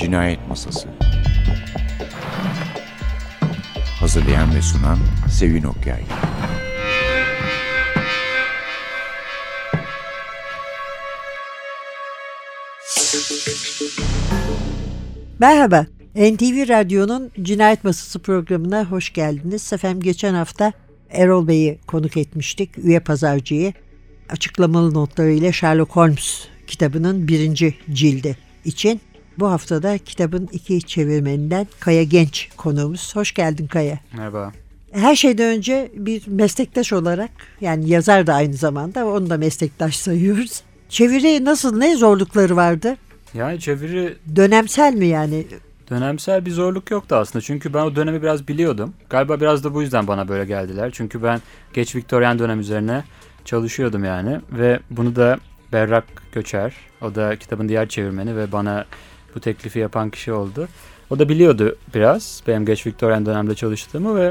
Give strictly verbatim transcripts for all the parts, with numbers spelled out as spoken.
Cinayet Masası. Hazırlayan ve sunan Sevin Okyay. Merhaba, N T V Radyo'nun Cinayet Masası programına hoş geldiniz. Efendim geçen hafta Erol Bey'i konuk etmiştik, üye pazarcıyı. Açıklamalı notlarıyla Sherlock Holmes kitabının birinci cildi için. Bu haftada kitabın iki çevirmeninden Kaya Genç konuğumuz. Hoş geldin Kaya. Merhaba. Her şeyden önce bir meslektaş olarak, yani yazar da aynı zamanda, onu da meslektaş sayıyoruz. Çeviri nasıl, ne zorlukları vardı? Yani çeviri... Dönemsel mi yani? Dönemsel bir zorluk yoktu aslında. Çünkü ben o dönemi biraz biliyordum. Galiba biraz da bu yüzden bana böyle geldiler. Çünkü ben geç Viktoryen dönem üzerine çalışıyordum yani. Ve bunu da Berrak Göçer, o da kitabın diğer çevirmeni ve bana bu teklifi yapan kişi oldu. O da biliyordu biraz benim geç Viktoryen dönemde çalıştığımı ve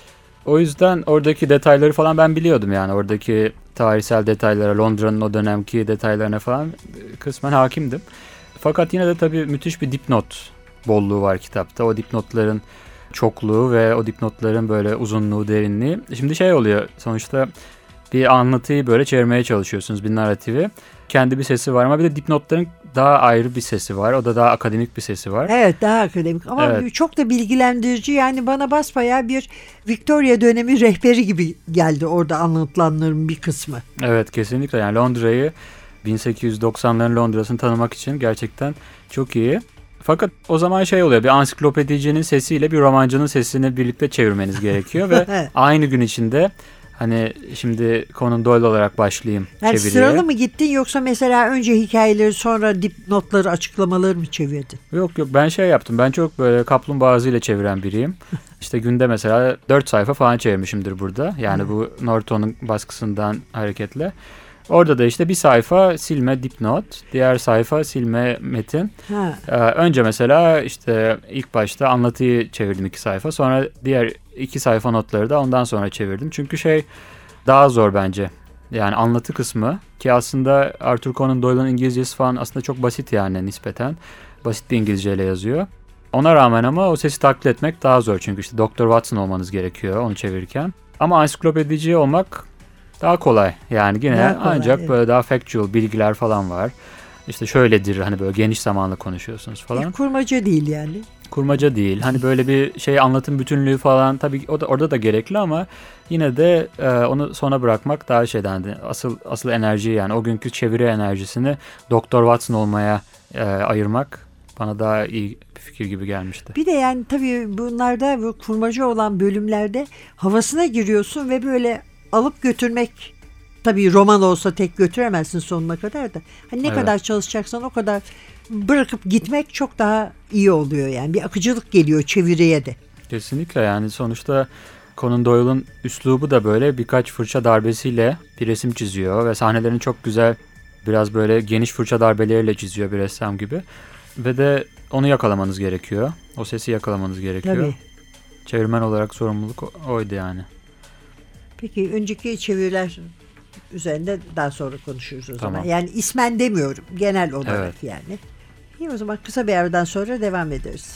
o yüzden oradaki detayları falan ben biliyordum yani. Oradaki tarihsel detaylara, Londra'nın o dönemki detaylarına falan kısmen hakimdim. Fakat yine de tabii müthiş bir dipnot bolluğu var kitapta. O dipnotların çokluğu ve o dipnotların böyle uzunluğu, derinliği. Şimdi şey oluyor, sonuçta bir anlatıyı böyle çevirmeye çalışıyorsunuz, bir narratifi. Kendi bir sesi var ama bir de dipnotların daha ayrı bir sesi var. O da daha akademik bir sesi var. Evet, daha akademik ama evet, çok da bilgilendirici. Yani bana basbayağı bir Victoria dönemi rehberi gibi geldi orada anlatılanların bir kısmı. Evet, kesinlikle. Yani Londra'yı, bin sekiz yüz doksanların Londra'sını tanımak için gerçekten çok iyi. Fakat o zaman şey oluyor, bir ansiklopedicinin sesiyle bir romancının sesini birlikte çevirmeniz gerekiyor ve aynı gün içinde, hani şimdi Conan Doyle olarak başlayayım yani çeviriye. Sıralı mı gittin yoksa mesela önce hikayeleri sonra dipnotları, açıklamaları mı çevirdin? Yok yok, ben şey yaptım, ben çok böyle kaplumbağa ağzıyla çeviren biriyim. İşte günde mesela dört sayfa falan çevirmişimdir burada. Yani bu Norton'un baskısından hareketle. Orada da işte bir sayfa silme dipnot, diğer sayfa silme metin. Ee, önce mesela işte ilk başta anlatıyı çevirdim iki sayfa. Sonra diğer iki sayfa notları da ondan sonra çevirdim. Çünkü şey daha zor bence. Yani anlatı kısmı, ki aslında Arthur Conan Doyle'ın İngilizcesi falan aslında çok basit yani nispeten. Basit bir İngilizceyle yazıyor. Ona rağmen ama o sesi taklit etmek daha zor. Çünkü işte doktor Watson olmanız gerekiyor onu çevirirken. Ama ansiklopedici olmak daha kolay. Yani yine kolay, ancak evet, böyle daha factual bilgiler falan var. İşte şöyledir, hani böyle geniş zamanla konuşuyorsunuz falan. E, kurmaca değil yani. Kurmaca değil. Hani böyle bir şey, anlatım bütünlüğü falan tabii o da, orada da gerekli ama yine de e, onu sona bırakmak daha şeydendi. Asıl asıl enerji, yani o günkü çeviri enerjisini doktor Watson olmaya e, ayırmak bana daha iyi bir fikir gibi gelmişti. Bir de yani tabii bunlarda, bu kurmaca olan bölümlerde havasına giriyorsun ve böyle alıp götürmek, tabii roman olsa tek götüremezsin sonuna kadar da. Hani ne evet, kadar çalışacaksan o kadar bırakıp gitmek çok daha iyi oluyor yani. Bir akıcılık geliyor çeviriye de. Kesinlikle, yani sonuçta Conan Doyle'ın üslubu da böyle birkaç fırça darbesiyle bir resim çiziyor ve sahnelerini çok güzel, biraz böyle geniş fırça darbeleriyle çiziyor bir ressam gibi. Ve de onu yakalamanız gerekiyor. O sesi yakalamanız gerekiyor. Tabii. Çevirmen olarak sorumluluk oydu yani. Peki önceki çeviriler üzerinde daha sonra konuşuruz o tamam, zaman. Yani ismen demiyorum, genel olarak evet, yani. İyi, o zaman kısa bir aradan sonra devam ederiz.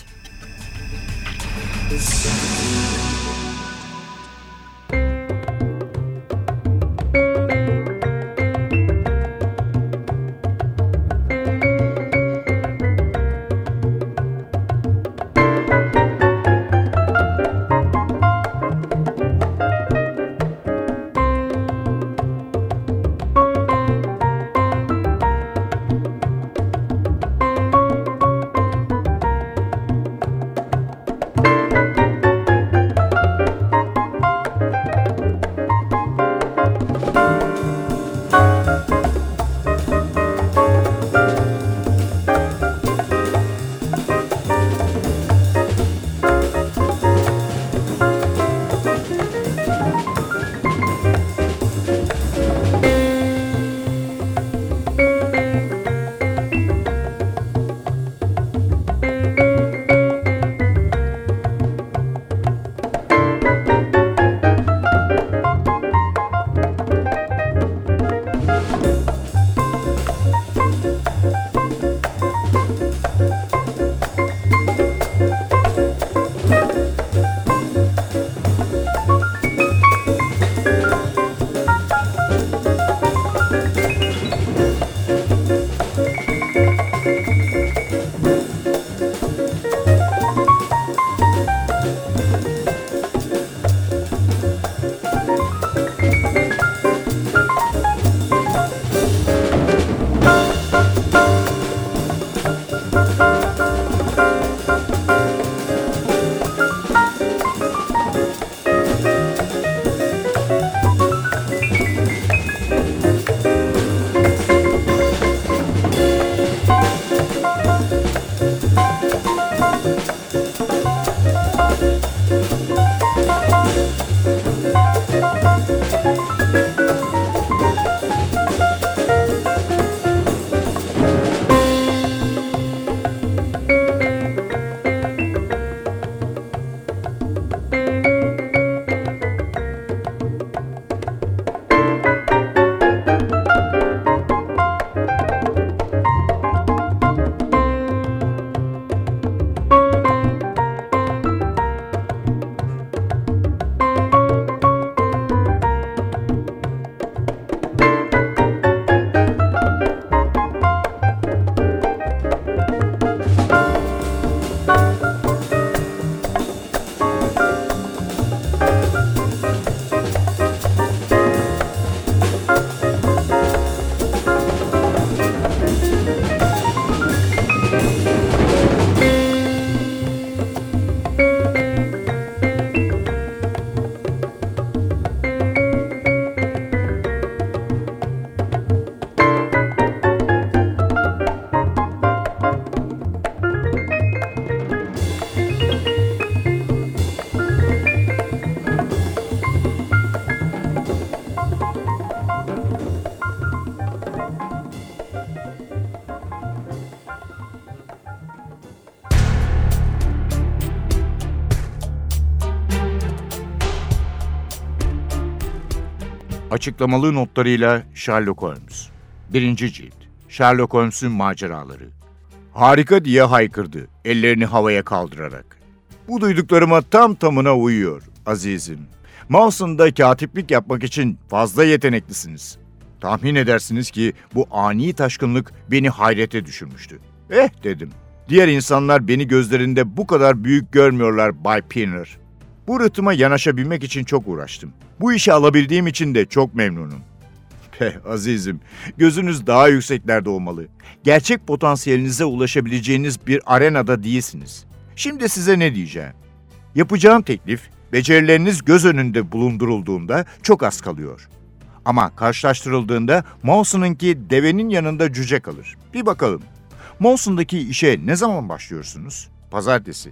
Açıklamalı notlarıyla Sherlock Holmes. Birinci cilt. Sherlock Holmes'un maceraları. Harika diye haykırdı, ellerini havaya kaldırarak. Bu duyduklarıma tam tamına uyuyor azizim. Mawson'da katiplik yapmak için fazla yeteneklisiniz. Tahmin edersiniz ki bu ani taşkınlık beni hayrete düşürmüştü. Eh dedim. Diğer insanlar beni gözlerinde bu kadar büyük görmüyorlar Bay Pinner. Bu rıhtıma yanaşabilmek için çok uğraştım. Bu işi alabildiğim için de çok memnunum. Peh azizim, gözünüz daha yükseklerde olmalı. Gerçek potansiyelinize ulaşabileceğiniz bir arenada değilsiniz. Şimdi size ne diyeceğim? Yapacağım teklif, becerileriniz göz önünde bulundurulduğunda çok az kalıyor. Ama karşılaştırıldığında Mawson'unki devenin yanında cüce kalır. Bir bakalım. Mawson'daki işe ne zaman başlıyorsunuz? Pazartesi.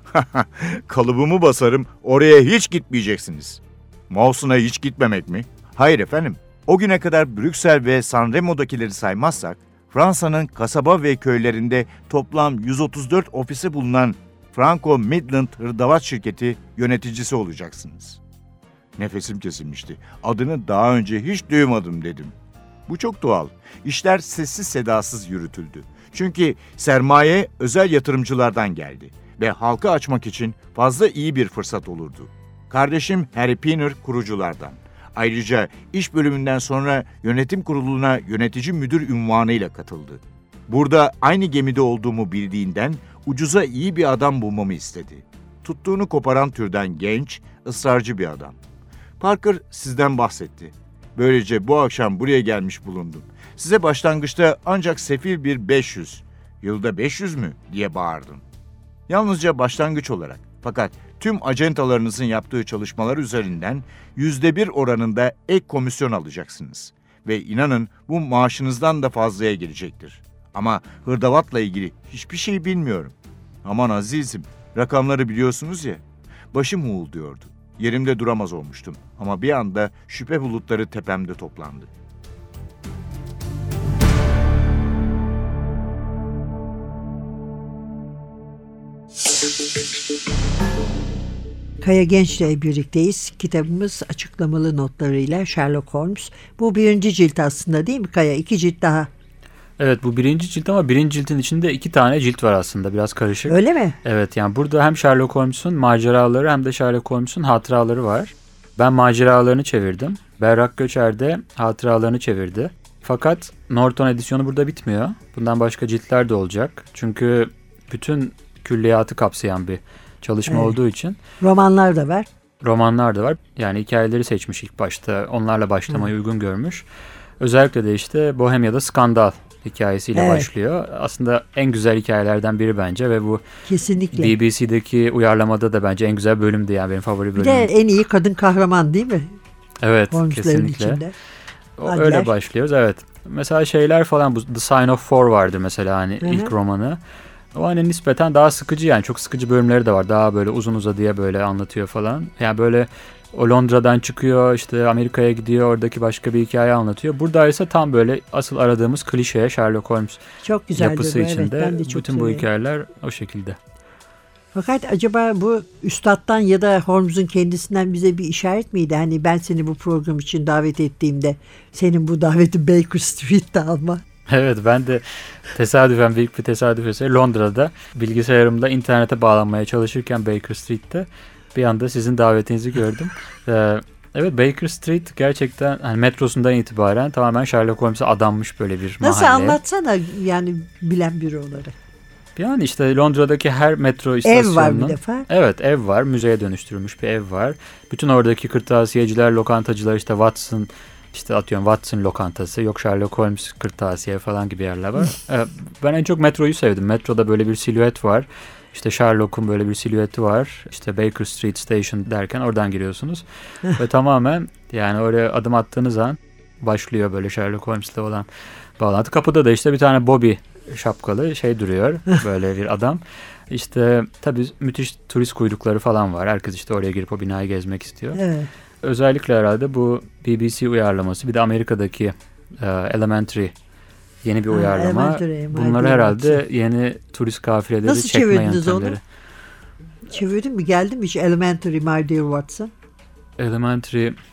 Kalıbımı basarım, oraya hiç gitmeyeceksiniz. Mawson'a hiç gitmemek mi? Hayır efendim. O güne kadar Brüksel ve San Remo'dakileri saymazsak, Fransa'nın kasaba ve köylerinde toplam yüz otuz dört ofisi bulunan Franco Midland Hırdavat Şirketi yöneticisi olacaksınız. Nefesim kesilmişti. Adını daha önce hiç duymadım dedim. Bu çok doğal. İşler sessiz sedasız yürütüldü. Çünkü sermaye özel yatırımcılardan geldi ve halka açmak için fazla iyi bir fırsat olurdu. Kardeşim Harry Pinner kuruculardan. Ayrıca iş bölümünden sonra yönetim kuruluna yönetici müdür unvanıyla katıldı. Burada aynı gemide olduğumu bildiğinden ucuza iyi bir adam bulmamı istedi. Tuttuğunu koparan türden genç, ısrarcı bir adam. Parker sizden bahsetti. Böylece bu akşam buraya gelmiş bulundum. Size başlangıçta ancak sefil bir beş yüz, yılda beş yüz mü diye bağırdım. Yalnızca başlangıç olarak. Fakat tüm acentalarınızın yaptığı çalışmalar üzerinden yüzde bir oranında ek komisyon alacaksınız. Ve inanın bu maaşınızdan da fazlaya gelecektir. Ama hırdavatla ilgili hiçbir şey bilmiyorum. Aman azizim, rakamları biliyorsunuz ya. Başım uğulduyordu. Yerimde duramaz olmuştum. Ama bir anda şüphe bulutları tepemde toplandı. Kaya Genç'le birlikteyiz. Kitabımız açıklamalı notlarıyla Sherlock Holmes. Bu birinci cilt aslında değil mi Kaya? İki cilt daha. Evet, bu birinci cilt ama birinci cildin içinde iki tane cilt var aslında, biraz karışık. Öyle mi? Evet, yani burada hem Sherlock Holmes'un maceraları hem de Sherlock Holmes'un hatıraları var. Ben maceralarını çevirdim. Berrak Göçer de hatıralarını çevirdi. Fakat Norton edisyonu burada bitmiyor. Bundan başka ciltler de olacak. Çünkü bütün külliyatı kapsayan bir çalışma evet. olduğu için. Romanlar da var. Romanlar da var. Yani hikayeleri seçmiş ilk başta. Onlarla başlamayı Hı. uygun görmüş. Özellikle de işte Bohemia'da Skandal hikayesiyle evet. başlıyor. Aslında en güzel hikayelerden biri bence ve bu kesinlikle B B C'deki uyarlamada da bence en güzel bölümdü, yani benim favori bölümüm. Bir de en iyi kadın kahraman değil mi? Evet, kesinlikle. O, öyle başlıyoruz, evet. Mesela şeyler falan, bu The Sign of Four vardı mesela, hani Hı-hı. ilk romanı. O hani nispeten daha sıkıcı, yani çok sıkıcı bölümleri de var. Daha böyle uzun uzadıya böyle anlatıyor falan. Yani böyle o Londra'dan çıkıyor, işte Amerika'ya gidiyor, oradaki başka bir hikaye anlatıyor. Burada ise tam böyle asıl aradığımız klişe Sherlock Holmes çok güzeldir, yapısı evet, içinde. Bütün severim. Bu hikayeler o şekilde. Fakat acaba bu üstattan ya da Holmes'un kendisinden bize bir işaret miydi? Hani ben seni bu program için davet ettiğimde senin bu daveti Baker Street'te alma. Evet, ben de tesadüfen, büyük bir tesadüf eseri Londra'da bilgisayarımda internete bağlanmaya çalışırken Baker Street'te bir anda sizin davetinizi gördüm. Ee, evet, Baker Street gerçekten hani metrosundan itibaren tamamen Sherlock Holmes'e adanmış böyle bir mahalle. Nasıl, anlatsana yani bilen biri olarak. Yani işte Londra'daki her metro istasyonunun... Ev var bir defa. Evet, ev var. Müzeye dönüştürülmüş bir ev var. Bütün oradaki kırtasiyeciler, lokantacılar, işte Watson, işte atıyorum Watson lokantası, yok Sherlock Holmes kırtasiye falan gibi yerler var. Ben en çok metroyu sevdim. Metroda böyle bir silüet var. İşte Sherlock'un böyle bir silüeti var. İşte Baker Street Station derken oradan giriyorsunuz. Ve tamamen yani oraya adım attığınız an başlıyor böyle Sherlock Holmes'le olan bağlantı. Kapıda da işte bir tane Bobby şapkalı şey duruyor. Böyle bir adam. İşte tabii müthiş turist kuyrukları falan var. Herkes işte oraya girip o binayı gezmek istiyor. Evet. Özellikle herhalde bu B B C uyarlaması, bir de Amerika'daki uh, Elementary yeni bir uyarlama. Ha, bunlar herhalde yeni turist kafileleri Nasıl çekme yöntemleri. Nasıl çevirdiniz onu? Çevirdin mi? Geldi mi hiç Elementary, My Dear Watson? Elementary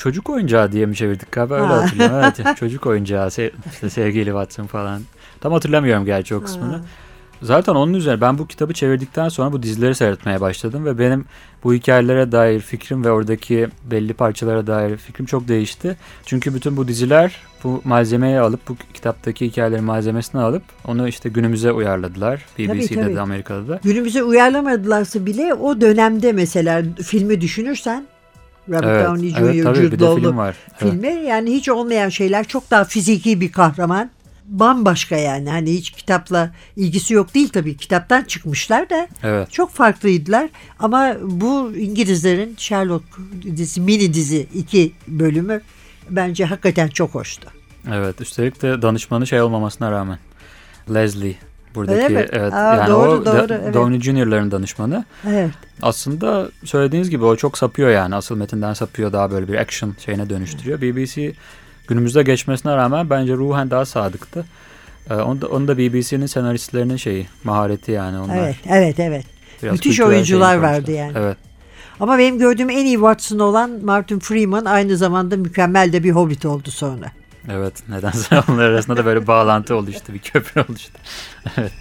çocuk oyuncağı diye mi çevirdik galiba, öyle Ha. hatırlıyorum. Evet, çocuk oyuncağı, se- işte sevgili Watson falan. Tam hatırlamıyorum gerçi o kısmını. Ha. Zaten onun üzerine ben bu kitabı çevirdikten sonra bu dizileri seyretmeye başladım ve benim bu hikayelere dair fikrim ve oradaki belli parçalara dair fikrim çok değişti. Çünkü bütün bu diziler bu malzemeyi alıp, bu kitaptaki hikayelerin malzemesini alıp onu işte günümüze uyarladılar. B B Tabii, C'de tabii. de Amerika'da da. Günümüze uyarlamadılarsa bile o dönemde mesela filmi düşünürsen Robert Evet, Downey evet Junior, tabii, Jude bir de film Law'lu var. Evet. filmi yani hiç olmayan şeyler, çok daha fiziki bir kahraman. Bambaşka yani, hani hiç kitapla ilgisi yok değil tabii, kitaptan çıkmışlar da Evet. çok farklıydılar ama bu İngilizlerin Sherlock dizisi, mini dizi iki bölümü bence hakikaten çok hoştu. Evet, üstelik de danışmanı şey olmamasına rağmen Leslie buradaki, Öyle mi? evet, Aa, yani doğru, o doğru, da, evet. Downey Junior'ların danışmanı. Evet. Aslında söylediğiniz gibi o çok sapıyor, yani asıl metinden sapıyor, daha böyle bir action şeyine dönüştürüyor. B B C günümüzde geçmesine rağmen bence ruhen daha sadıktı. Ee, onu da, onu da B B C'nin senaristlerinin şeyi, mahareti yani onlar. Evet, evet, evet. Biraz Müthiş kültürel oyuncular şeyini vardı koymuşlar. yani. Evet. Ama benim gördüğüm en iyi Watson olan Martin Freeman, aynı zamanda mükemmel de bir Hobbit oldu sonra. Evet, nedense onlar arasında da böyle bağlantı oluştu, bir köprü oluştu. Evet.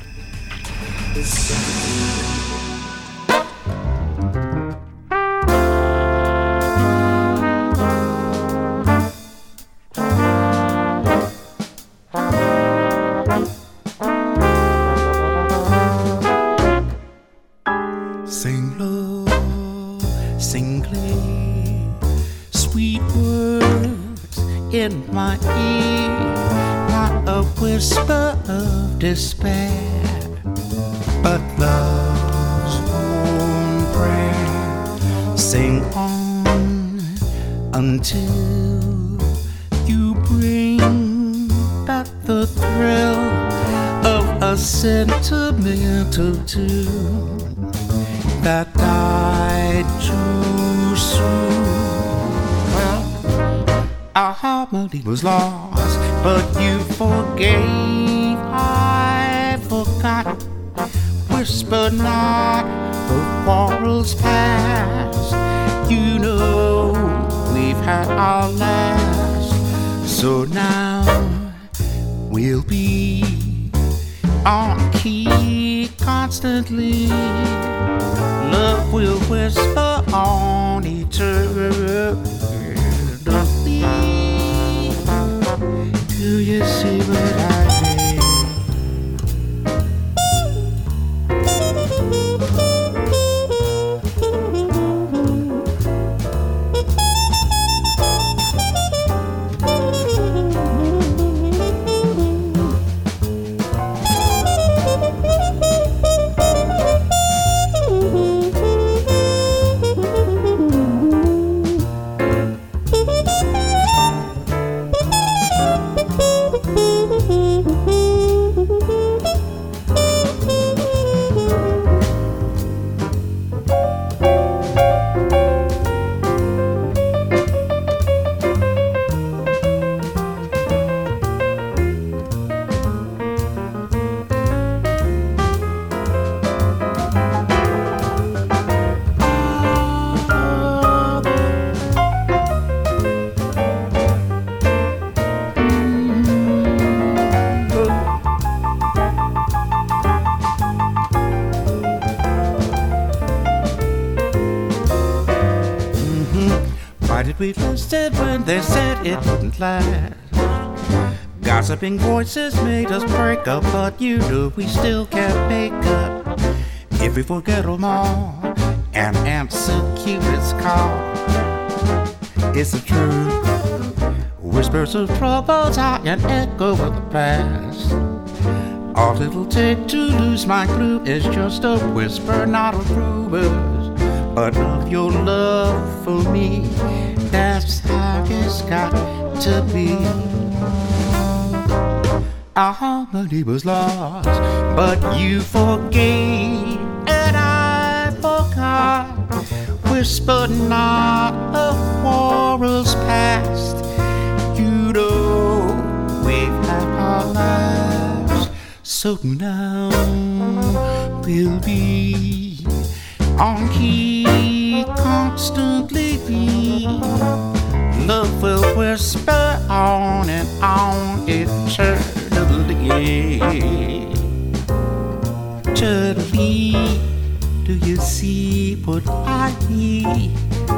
Sing low, sing clear, sweet words in my ear, not a whisper of despair, but love's warm prayer. Sing on until you bring back the thrill of a sentimental tune that died too soon. Well, our harmony was lost, but you forgave, I forgot. Whisper not the quarrels past. You know we've had our last, so now we'll be on key constantly. Love will whisper on eternally. Do you see what I mean? Why did we listen when they said it wouldn't last? Gossiping voices made us break up, but you knew we still can't make up. If we forget them all and answer Cupid's call, it's the truth. Whispers of troubles are an echo of the past. All it'll take to lose my clue is just a whisper, not of rumors, but of your love for me. That's how it's got to be. Our harmony was lost, but you forgave and I forgot. Whisper not of quarrels past. You know we've had our lives, so now we'll be on key constantly. Love will whisper on and on eternally. Eternally, do you see what I see?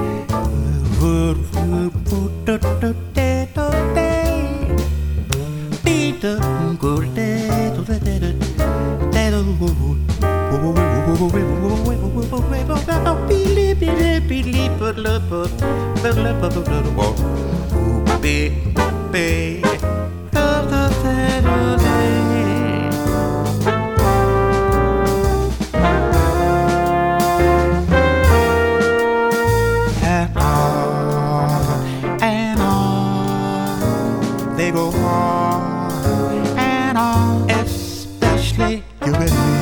They go on and on, especially you and me.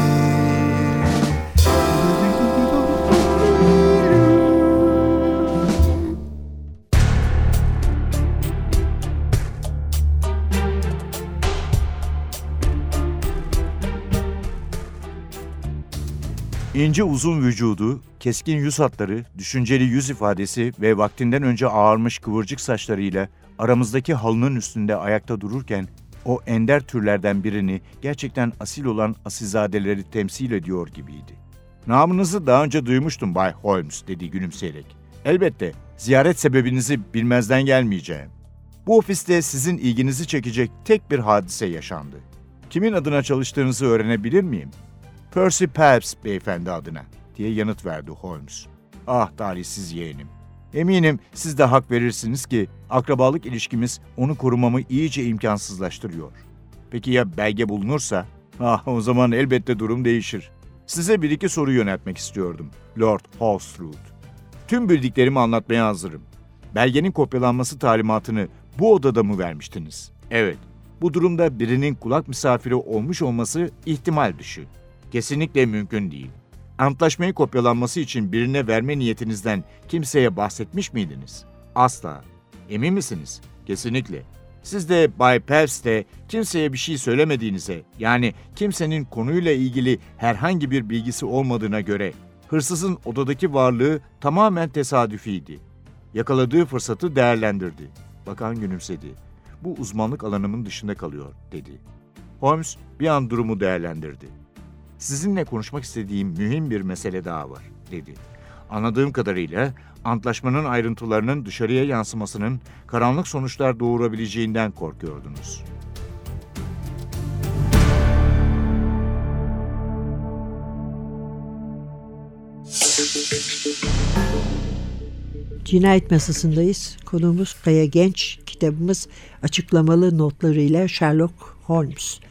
İnce uzun vücudu, keskin yüz hatları, düşünceli yüz ifadesi ve vaktinden önce ağarmış kıvırcık saçlarıyla aramızdaki halının üstünde ayakta dururken o ender türlerden birini gerçekten asil olan asilzadeleri temsil ediyor gibiydi. "Namınızı daha önce duymuştum Bay Holmes," dedi gülümseyerek. "Elbette ziyaret sebebinizi bilmezden gelmeyeceğim. Bu ofiste sizin ilginizi çekecek tek bir hadise yaşandı. Kimin adına çalıştığınızı öğrenebilir miyim?" "Percy Phelps beyefendi adına," diye yanıt verdi Holmes. "Ah talihsiz yeğenim. Eminim siz de hak verirsiniz ki akrabalık ilişkimiz onu korumamı iyice imkansızlaştırıyor. Peki ya belge bulunursa? Ah o zaman elbette durum değişir. Size bir iki soru yöneltmek istiyordum, Lord Holsroyd. Tüm bildiklerimi anlatmaya hazırım. Belgenin kopyalanması talimatını bu odada mı vermiştiniz?" "Evet. Bu durumda birinin kulak misafiri olmuş olması ihtimal dışı. Kesinlikle mümkün değil. Antlaşmayı kopyalanması için birine verme niyetinizden kimseye bahsetmiş miydiniz?" "Asla." "Emin misiniz?" "Kesinlikle. Siz de Bay Phelps de kimseye bir şey söylemediğinize, yani kimsenin konuyla ilgili herhangi bir bilgisi olmadığına göre hırsızın odadaki varlığı tamamen tesadüfiydi. Yakaladığı fırsatı değerlendirdi." Bakan gülümsedi. "Bu uzmanlık alanımın dışında kalıyor," dedi. Holmes bir an durumu değerlendirdi. "Sizinle konuşmak istediğim mühim bir mesele daha var," dedi. "Anladığım kadarıyla antlaşmanın ayrıntılarının dışarıya yansımasının karanlık sonuçlar doğurabileceğinden korkuyordunuz." Cinayet Masası'ndayız. Konuğumuz Kaya Genç. Kitabımız açıklamalı notlarıyla Sherlock Holmes.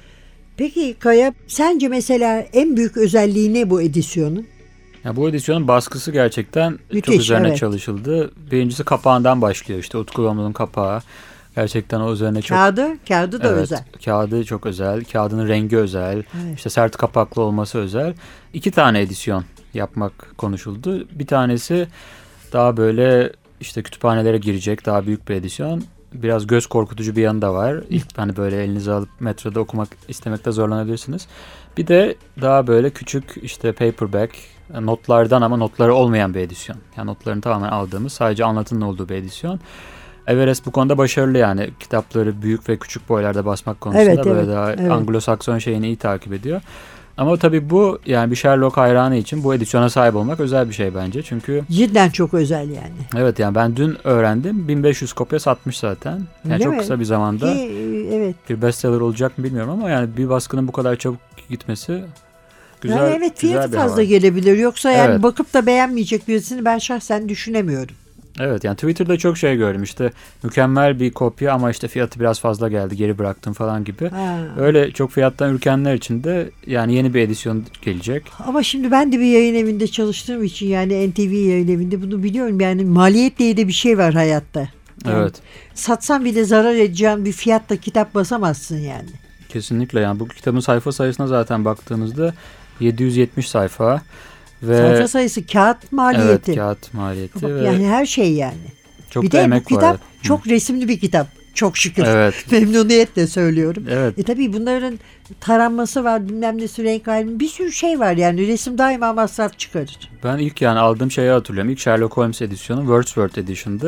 Peki Kaya, sence mesela en büyük özelliği ne bu edisyonun? Ya bu edisyonun baskısı gerçekten Müthiş, çok üzerine evet. çalışıldı. Birincisi kapağından başlıyor. İşte Utku Yollu'nun kapağı. Gerçekten o üzerine çok... Kağıdı, kağıdı da evet, özel. Kağıdı çok özel. Kağıdının rengi özel. Evet. İşte sert kapaklı olması özel. İki tane edisyon yapmak konuşuldu. Bir tanesi daha böyle işte kütüphanelere girecek daha büyük bir edisyon. Biraz göz korkutucu bir yanı da var. İlk hani böyle elinize alıp metroda okumak istemekte zorlanabilirsiniz. Bir de daha böyle küçük işte paperback notlardan ama notları olmayan bir edisyon. Yani notlarını tamamen aldığımız sadece anlatının olduğu bir edisyon. Everest bu konuda başarılı yani. Kitapları büyük ve küçük boylarda basmak konusunda Evet, böyle evet, daha evet. Anglo-Sakson şeyini iyi takip ediyor. Ama tabii bu yani bir Sherlock hayranı için bu edisyona sahip olmak özel bir şey bence. Çünkü Cidden çok özel yani. evet yani ben dün öğrendim. bin beş yüz kopya satmış zaten. Yani Öyle çok mi? kısa bir zamanda Ki, evet. bir bestseller olacak mı bilmiyorum ama yani bir baskının bu kadar çabuk gitmesi güzel, yani evet, güzel fiyatı bir fazla haber. gelebilir. Yoksa yani Evet. bakıp da beğenmeyecek birisini ben şahsen düşünemiyorum. Evet yani Twitter'da çok şey gördüm işte mükemmel bir kopya ama işte fiyatı biraz fazla geldi geri bıraktım falan gibi. Ha. Öyle çok fiyattan ürkenler için de yani yeni bir edisyon gelecek. Ama şimdi ben de bir yayın evinde çalıştığım için yani N T V yayın evinde bunu biliyorum. Yani maliyet diye de bir şey var hayatta. Yani Evet. Satsan bile zarar edeceğin bir fiyatla kitap basamazsın yani. Kesinlikle yani bu kitabın sayfa sayısına zaten baktığımızda yedi yüz yetmiş sayfa. Ve Sayfa sayısı, kağıt maliyeti. Evet, kağıt maliyeti. Bak, ve yani her şey yani. çok bir da de bu emek kitap var. çok resimli bir kitap. Çok şükür. Evet. Memnuniyetle söylüyorum. Evet. E tabii bunların taranması var, bilmem nesi, renk ayrımı, bir sürü şey var yani. Resim daima masraf çıkarır. Ben ilk yani aldığım şeyi hatırlıyorum. İlk Sherlock Holmes edisyonu Wordsworth Edition'dı.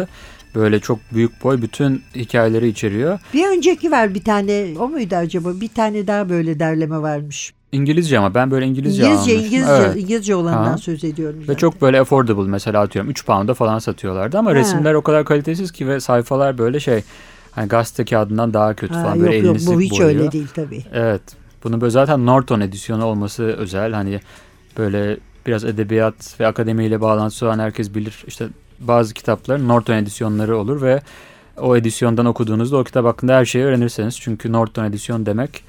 Böyle çok büyük boy bütün hikayeleri içeriyor. Bir önceki var bir tane, o muydu acaba? Bir tane daha böyle derleme varmış. İngilizce ama ben böyle İngilizce İngilizce, almıştım. İngilizce, Evet. İngilizce olandan Ha. söz ediyorum zaten. Ve çok böyle affordable, mesela atıyorum üç pound'a falan satıyorlardı ama Ha. resimler o kadar kalitesiz ki ve sayfalar böyle şey, hani gazete kağıdından daha kötü Ha, falan, yok böyle yok, elini bu sık hiç boyuyor. öyle değil tabii. Evet. Bunun böyle zaten Norton edisyonu olması özel. Hani böyle biraz edebiyat ve akademiyle bağlantısı olan herkes bilir. İşte bazı kitapların Norton edisyonları olur ve o edisyondan okuduğunuzda o kitap hakkında her şeyi öğrenirsiniz. Çünkü Norton edisyon demek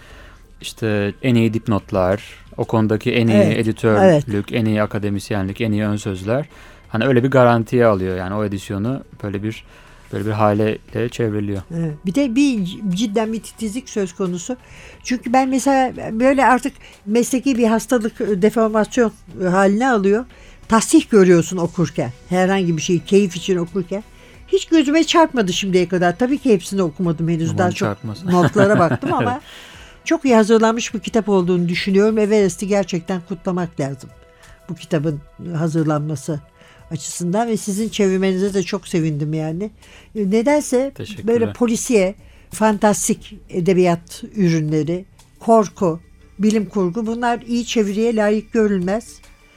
işte en iyi dipnotlar, o konudaki en iyi Evet, editörlük, evet. en iyi akademisyenlik, en iyi ön sözler. Hani öyle bir garantiye alıyor yani o edisyonu, böyle bir böyle bir hale çevriliyor. Evet. Bir de bir cidden bir titizlik söz konusu. Çünkü ben mesela böyle artık mesleki bir hastalık, deformasyon haline alıyor. Tasih görüyorsun okurken. Herhangi bir şeyi keyif için okurken. Hiç gözüme çarpmadı şimdiye kadar. Tabii ki hepsini okumadım henüz. Umarım Daha çok çarpmaz. notlara baktım ama çok iyi hazırlanmış bir kitap olduğunu düşünüyorum. Everest'i gerçekten kutlamak lazım. Bu kitabın hazırlanması açısından ve sizin çevirmenize de çok sevindim yani. Nedense Teşekkürler. böyle polisiye, fantastik edebiyat ürünleri, korku, bilim kurgu, bunlar iyi çeviriye layık görülmez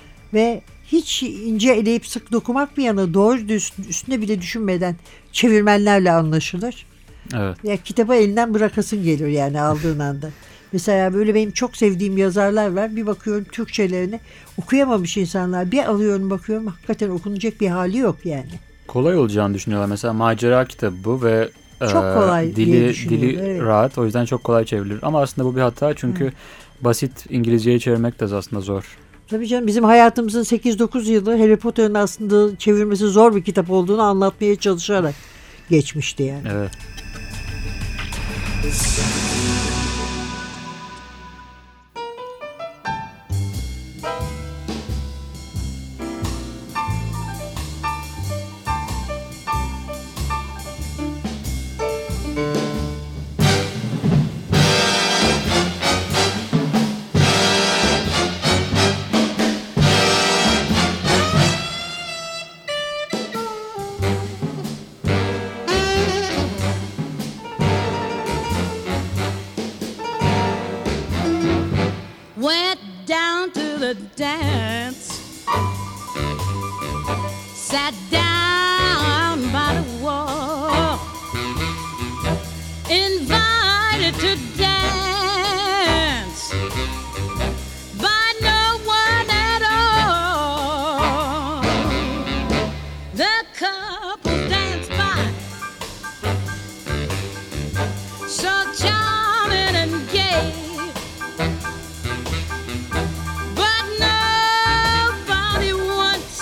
ve hiç ince eleyip sık dokumak bir yana doğru düz üstüne bile düşünmeden çevirmenlerle anlaşılır. Evet. Ya kitabı elinden bırakasın geliyor yani aldığın anda. Mesela böyle benim çok sevdiğim yazarlar var. Bir bakıyorum Türkçelerini okuyamamış insanlar. Bir alıyorum bakıyorum hakikaten okunacak bir hali yok yani. Kolay olacağını düşünüyorlar. Mesela macera kitabı bu ve Çok e, kolay diye dili düşünüyorum, dili evet. rahat, o yüzden çok kolay çevrilir. Ama aslında bu bir hata çünkü Hı. basit İngilizceye çevirmek de aslında zor. Tabii canım, bizim hayatımızın sekiz dokuz yılı Harry Potter'ın aslında çevirmesi zor bir kitap olduğunu anlatmaya çalışarak geçmişti yani. Evet. Went down to the dance, sat down by the wall, invited to dance by no one at all. The couple danced by, so charming and gay. But nobody once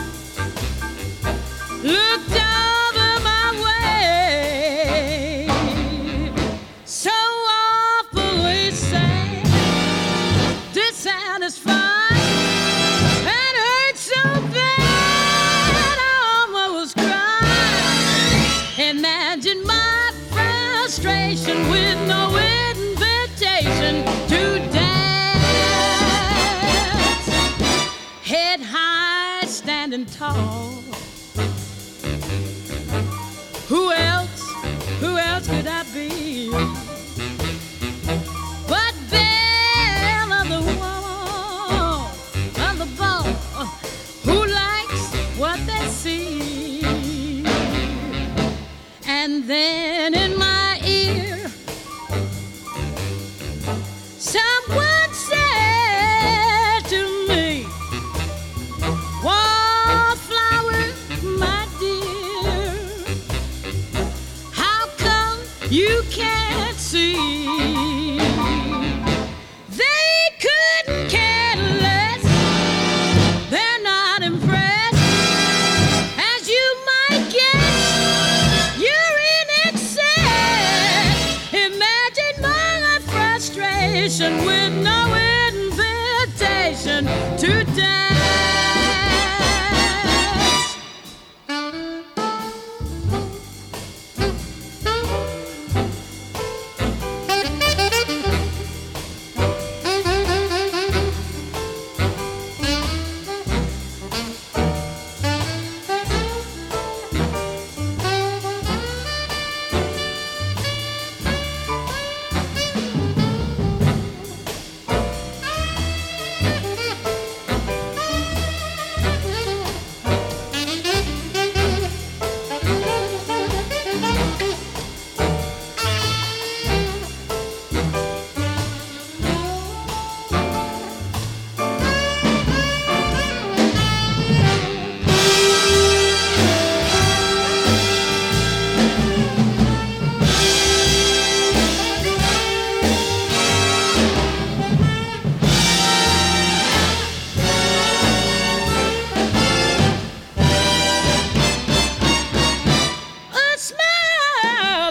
looked over my way. So awfully sad, dissatisfied, and hurt so bad I almost cried. Imagine my frustration with no invitation to dance. Head high, standing tall. Who else, who else could I be but belle of the wall, of the ball, who likes what they see? And then in my ear someone said to me, "Wallflower, my dear, how come you can't see?" They couldn't care less, they're not impressed. As you might guess, you're in excess. Imagine my frustration with no invitation to dance.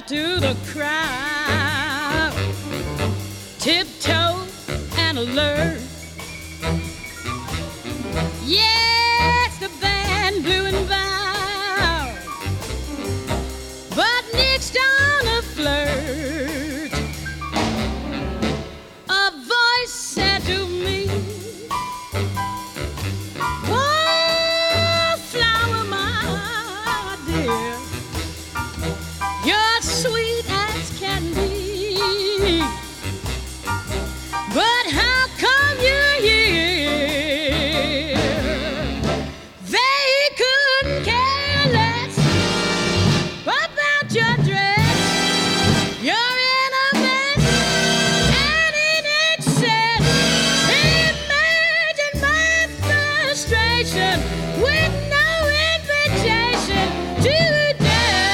to the crowd, tiptoe and alert. Yes, the band blew and bowed, but Nick's on a flirt. A voice said to me, "Oh, flower, my dear, you're sweet as can be, but how come you're here?" They couldn't care less about your dress. You're in a mess, and in excess. Imagine my frustration with no invitation to dance.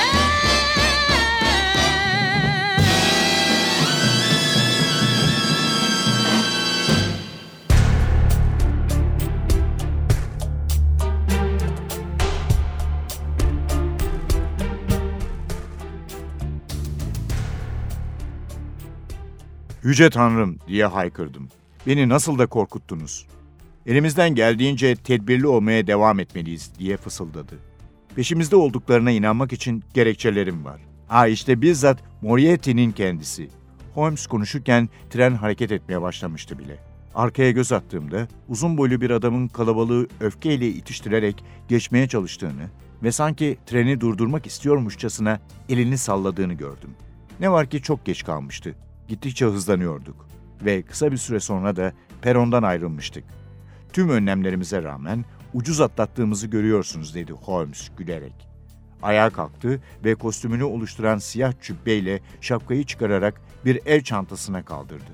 Yüce Tanrım diye haykırdım. Beni nasıl da korkuttunuz. Elimizden geldiğince tedbirli olmaya devam etmeliyiz diye fısıldadı. Peşimizde olduklarına inanmak için gerekçelerim var. Ha işte bizzat Moriarty'nin kendisi. Holmes konuşurken tren hareket etmeye başlamıştı bile. Arkaya göz attığımda uzun boylu bir adamın kalabalığı öfkeyle itiştirerek geçmeye çalıştığını ve sanki treni durdurmak istiyormuşçasına elini salladığını gördüm. Ne var ki çok geç kalmıştı. Gittikçe hızlanıyorduk ve kısa bir süre sonra da perondan ayrılmıştık. Tüm önlemlerimize rağmen ucuz atlattığımızı görüyorsunuz dedi Holmes gülerek. Ayağa kalktı ve kostümünü oluşturan siyah cübbeyle şapkayı çıkararak bir el çantasına kaldırdı.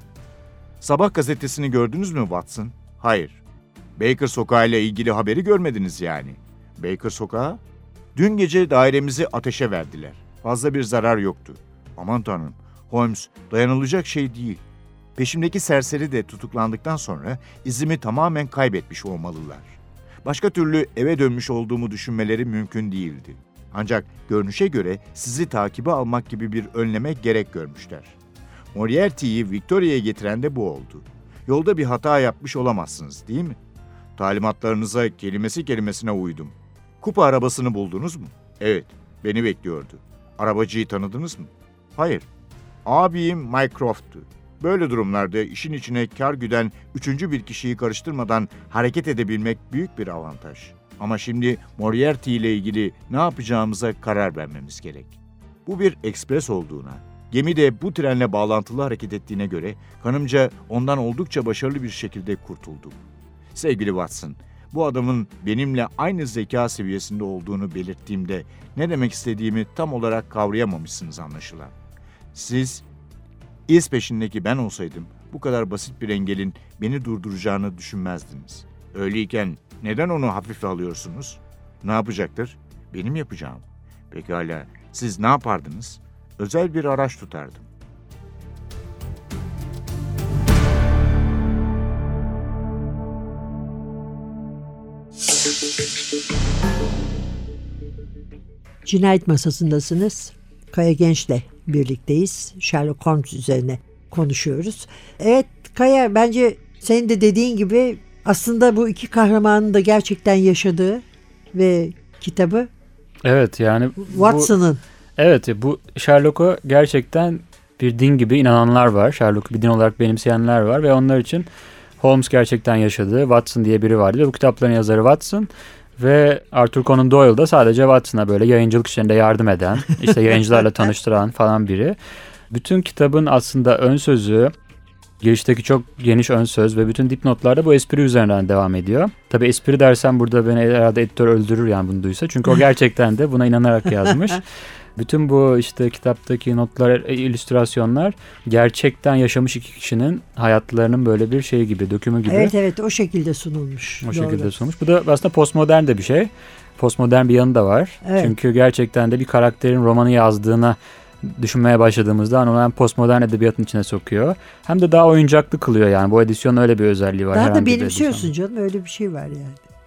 Sabah gazetesini gördünüz mü Watson? Hayır. Baker Sokağı ile ilgili haberi görmediniz yani. Baker Sokağı? Dün gece dairemizi ateşe verdiler. Fazla bir zarar yoktu. Aman tanrım, Holmes dayanılacak şey değil. Peşimdeki serseri de tutuklandıktan sonra izimi tamamen kaybetmiş olmalılar. Başka türlü eve dönmüş olduğumu düşünmeleri mümkün değildi. Ancak görünüşe göre sizi takibe almak gibi bir önleme gerek görmüşler. Moriarty'yi Victoria'ya getiren de bu oldu. Yolda bir hata yapmış olamazsınız, değil mi? Talimatlarınıza kelimesi kelimesine uydum. Kupa arabasını buldunuz mu? Evet, beni bekliyordu. Arabacıyı tanıdınız mı? Hayır. Abim Mycroft'tu. Böyle durumlarda işin içine kar güden üçüncü bir kişiyi karıştırmadan hareket edebilmek büyük bir avantaj. Ama şimdi Moriarty ile ilgili ne yapacağımıza karar vermemiz gerek. Bu bir ekspres olduğuna, gemi de bu trenle bağlantılı hareket ettiğine göre kanımca ondan oldukça başarılı bir şekilde kurtuldum. Sevgili Watson, bu adamın benimle aynı zeka seviyesinde olduğunu belirttiğimde ne demek istediğimi tam olarak kavrayamamışsınız anlaşılan. Siz, iz peşindeki ben olsaydım bu kadar basit bir engelin beni durduracağını düşünmezdiniz. Öyleyken neden onu hafife alıyorsunuz? Ne yapacaktır? Benim yapacağım. Pekala, siz ne yapardınız? Özel bir araç tutardım. Cinayet Masası'ndasınız. Kaya Genç'le birlikteyiz. Sherlock Holmes üzerine konuşuyoruz. Evet Kaya, bence senin de dediğin gibi aslında bu iki kahramanın da gerçekten yaşadığı ve kitabı Evet yani Watson'ın. Bu, evet bu Sherlock'a gerçekten bir din gibi inananlar var. Sherlock'u bir din olarak benimseyenler var ve onlar için Holmes gerçekten yaşadı. Watson diye biri vardı ve bu kitapların yazarı Watson ve Arthur Conan Doyle da sadece Watson'a böyle yayıncılık işlerinde yardım eden, işte yayıncılarla tanıştıran falan biri. Bütün kitabın aslında ön sözü, girişteki çok geniş ön söz ve bütün dipnotlarda bu espri üzerinden devam ediyor. Tabii espri dersem burada beni herhalde editör öldürür yani bunu duysa. Çünkü o gerçekten de buna inanarak yazmış. Bütün bu işte kitaptaki notlar, illüstrasyonlar gerçekten yaşamış iki kişinin hayatlarının böyle bir şeyi gibi, dökümü gibi. Evet evet o şekilde sunulmuş. O Doğru. şekilde sunulmuş. Bu da aslında postmodern de bir şey. Postmodern bir yanı da var. Evet. Çünkü gerçekten de bir karakterin romanı yazdığına düşünmeye başladığımızda hani onu hem postmodern edebiyatın içine sokuyor. Hem de daha oyuncaklı kılıyor yani. Bu edisyonun öyle bir özelliği var. Daha da herhangi bir benimsiyorsun edisyon. canım, öyle bir şey var yani.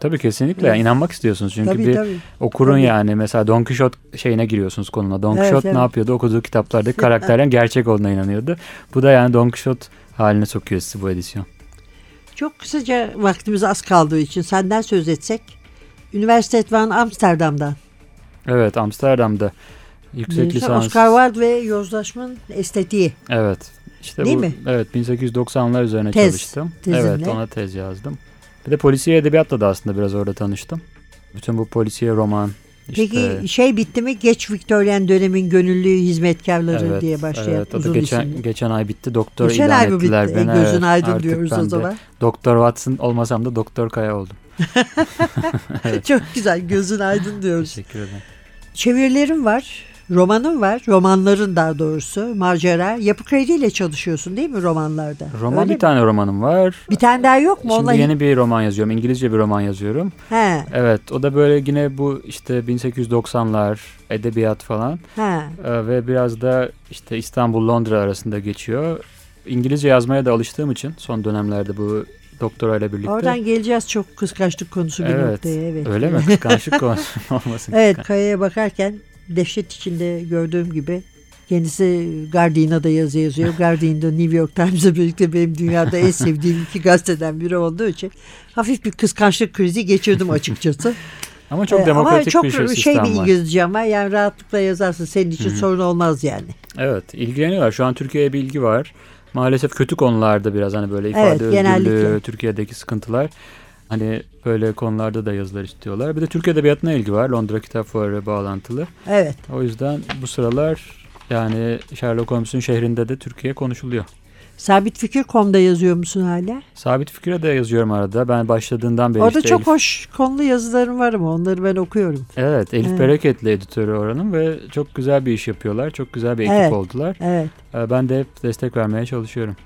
Tabii kesinlikle. Evet. İnanmak istiyorsunuz. Çünkü Tabii, bir tabii. okurun Tabii. yani mesela Don Quixote şeyine giriyorsunuz konuna. Don Evet, Quixote evet. ne yapıyordu? Okuduğu kitaplardaki karakterlerin gerçek olduğuna inanıyordu. Bu da yani Don Quixote haline sokuyor sizi bu edisyon. Çok kısaca vaktimiz az kaldığı için senden söz etsek. Üniversite van Amsterdam'dan. Evet, Amsterdam'da yüksek Birisi lisans. Oscar Wilde ve yozlaşmanın estetiği. Evet. İşte Değil bu, mi? Evet, bin sekiz yüz doksanlar üzerine Tez, çalıştım. tezinle. Evet, ona tez yazdım. Bir de polisiye edebiyatla da aslında biraz orada tanıştım. Bütün bu polisiye roman işte. Peki şey bitti mi? Geç Viktoryen dönemin gönüllü hizmetkarları Evet, diye başlayan evet, o da uzun geçen, isimli. geçen ay bitti. Doktor Geçen ilan ay mı ettiler bitti? beni. E, gözün Evet, aydın artık diyoruz ben o de zaman. Doktor Watson olmasam da Doktor Kaya oldum. Çok güzel, gözün aydın diyoruz. Teşekkür ederim. Çevirilerim var, romanım var, romanların daha doğrusu, macera. Yapı Kredi ile çalışıyorsun değil mi romanlarda? Roman Öyle bir mi? tane romanım var. Bir tane daha yok mu? Şimdi Onunla... yeni bir roman yazıyorum. İngilizce bir roman yazıyorum. He, Evet, o da böyle yine bu işte bin sekiz yüz doksanlar edebiyat falan he. Ee, ve biraz da işte İstanbul Londra arasında geçiyor. İngilizce yazmaya da alıştığım için son dönemlerde bu doktorayla birlikte. Oradan geleceğiz, çok kıskançlık konusu bir Evet, noktaya. Evet. öyle mi? Kıskançlık konusu olmasın. Evet, Kaya'ya bakarken dehşet içinde gördüğüm gibi kendisi Guardian'a da yazı yazıyor. Guardian'da New York Times'la birlikte benim dünyada en sevdiğim iki gazeteden biri olduğu için hafif bir kıskançlık krizi geçirdim açıkçası. Ama çok Ee, demokratik ama bir şey, çok sistem şey bir var. İngilizcem var. Yani rahatlıkla yazarsın. Senin için Hı-hı. sorun olmaz yani. Evet, ilgileniyorlar. Şu an Türkiye'ye bir ilgi var. Maalesef kötü konularda biraz hani böyle ifade Evet, özgürlüğü, genellikle. Türkiye'deki sıkıntılar. Hani böyle konularda da yazılar istiyorlar. Bir de Türk Edebiyatı'na ilgi var. Londra Kitap Fuarı bağlantılı. Evet. O yüzden bu sıralar yani Sherlock Holmes'un şehrinde de Türkiye konuşuluyor. Sabitfikir nokta com'da yazıyor musun hala? Sabit Fikir'e de yazıyorum arada. Ben başladığından beri Orada işte çok Elif, hoş konulu yazılarım var ama onları ben okuyorum. Evet, Elif Evet. Bereketli editörü oranın ve çok güzel bir iş yapıyorlar. Çok güzel bir ekip Evet. oldular. Evet. Ee, Ben de hep destek vermeye çalışıyorum.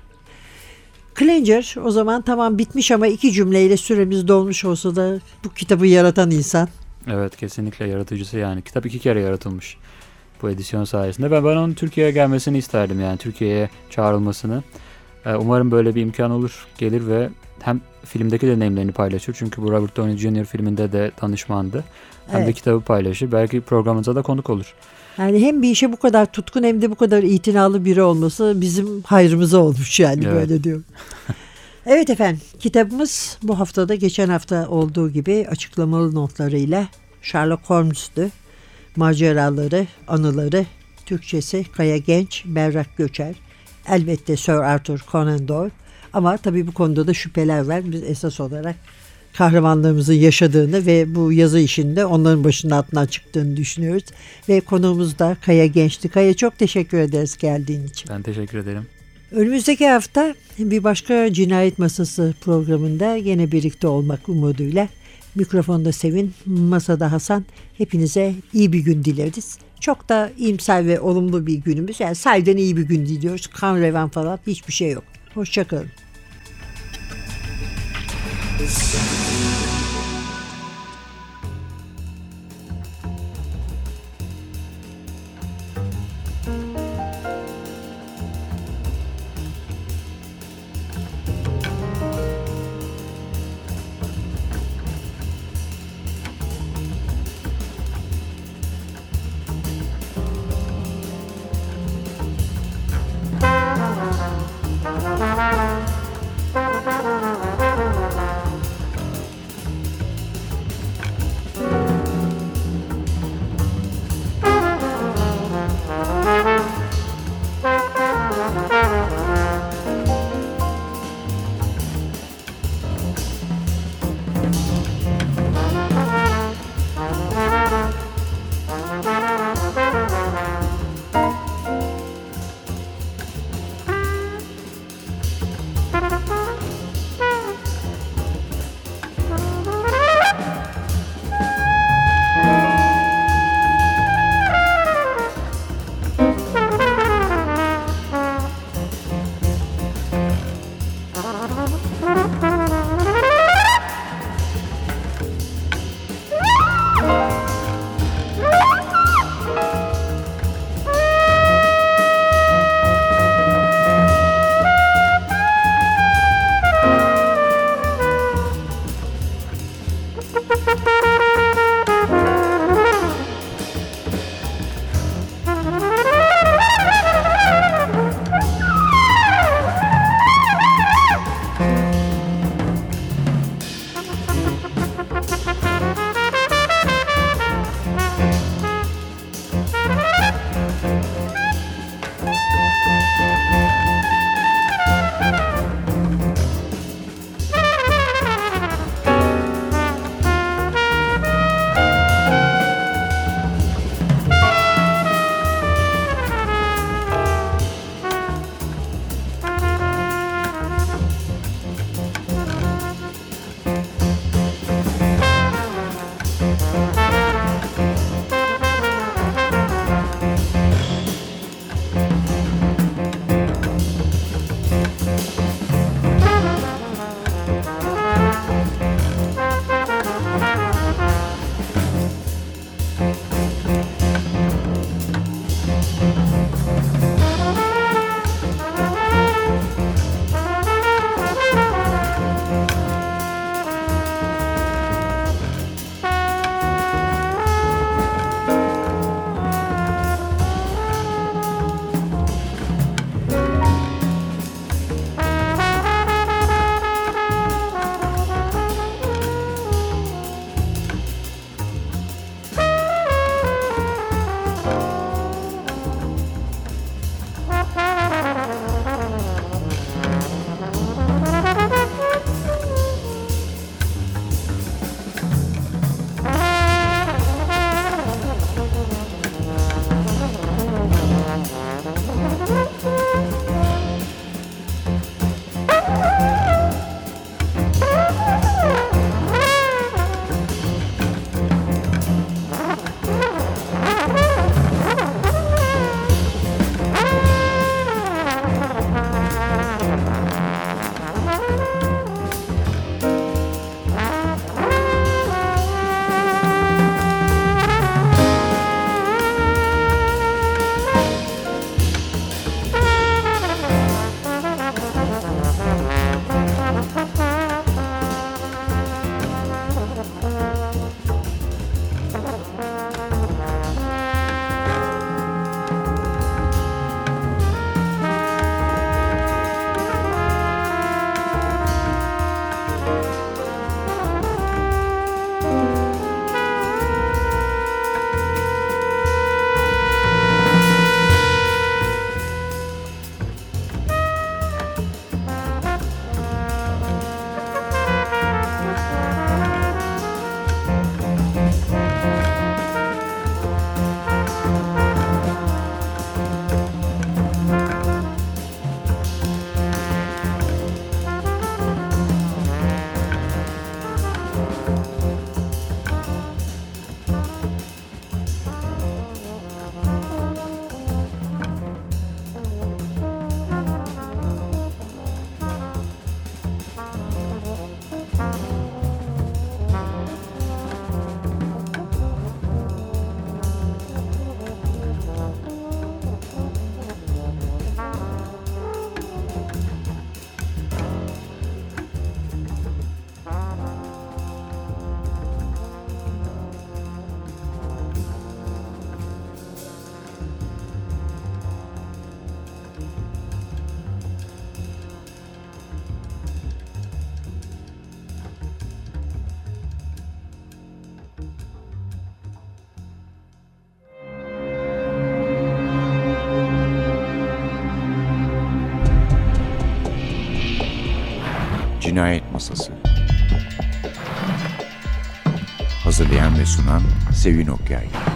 Klinger o zaman tamam bitmiş ama iki cümleyle süremiz dolmuş olsa da bu kitabı yaratan insan. Evet, kesinlikle yaratıcısı yani. Kitap iki kere yaratılmış bu edisyon sayesinde. Ben, ben onun Türkiye'ye gelmesini isterdim yani. Türkiye'ye çağrılmasını. Ee, umarım böyle bir imkan olur, gelir ve hem filmdeki deneyimlerini paylaşır. Çünkü bu Robert Downey Junior filminde de danışmandı. Hem de Evet. kitabı paylaşır. Belki programımıza da konuk olur. Yani hem bir işe bu kadar tutkun hem de bu kadar itinalı biri olması bizim hayrımıza olmuş yani Evet. böyle diyorum. Evet efendim, kitabımız bu haftada geçen hafta olduğu gibi açıklamalı notlarıyla Sherlock Holmes'tü. Maceraları, anıları, Türkçesi Kaya Genç, Berrak Göçer. Elbette Sir Arthur Conan Doyle. Ama tabii bu konuda da şüpheler var. Biz esas olarak kahramanlarımızın yaşadığını ve bu yazı işinde onların başının altından çıktığını düşünüyoruz. Ve konuğumuz da Kaya Genç'ti. Kaya, çok teşekkür ederiz geldiğin için. Ben teşekkür ederim. Önümüzdeki hafta bir başka Cinayet Masası programında yine birlikte olmak umuduyla. Mikrofonda Sevin, masada Hasan. Hepinize iyi bir gün dileriz. Çok da iyimser ve olumlu bir günümüz. Yani sahiden iyi bir gün diliyoruz. Kan revan falan hiçbir şey yok. Hoşçakalın. Cinayet Masası. Hazırlayan ve sunan Sevin Okyay.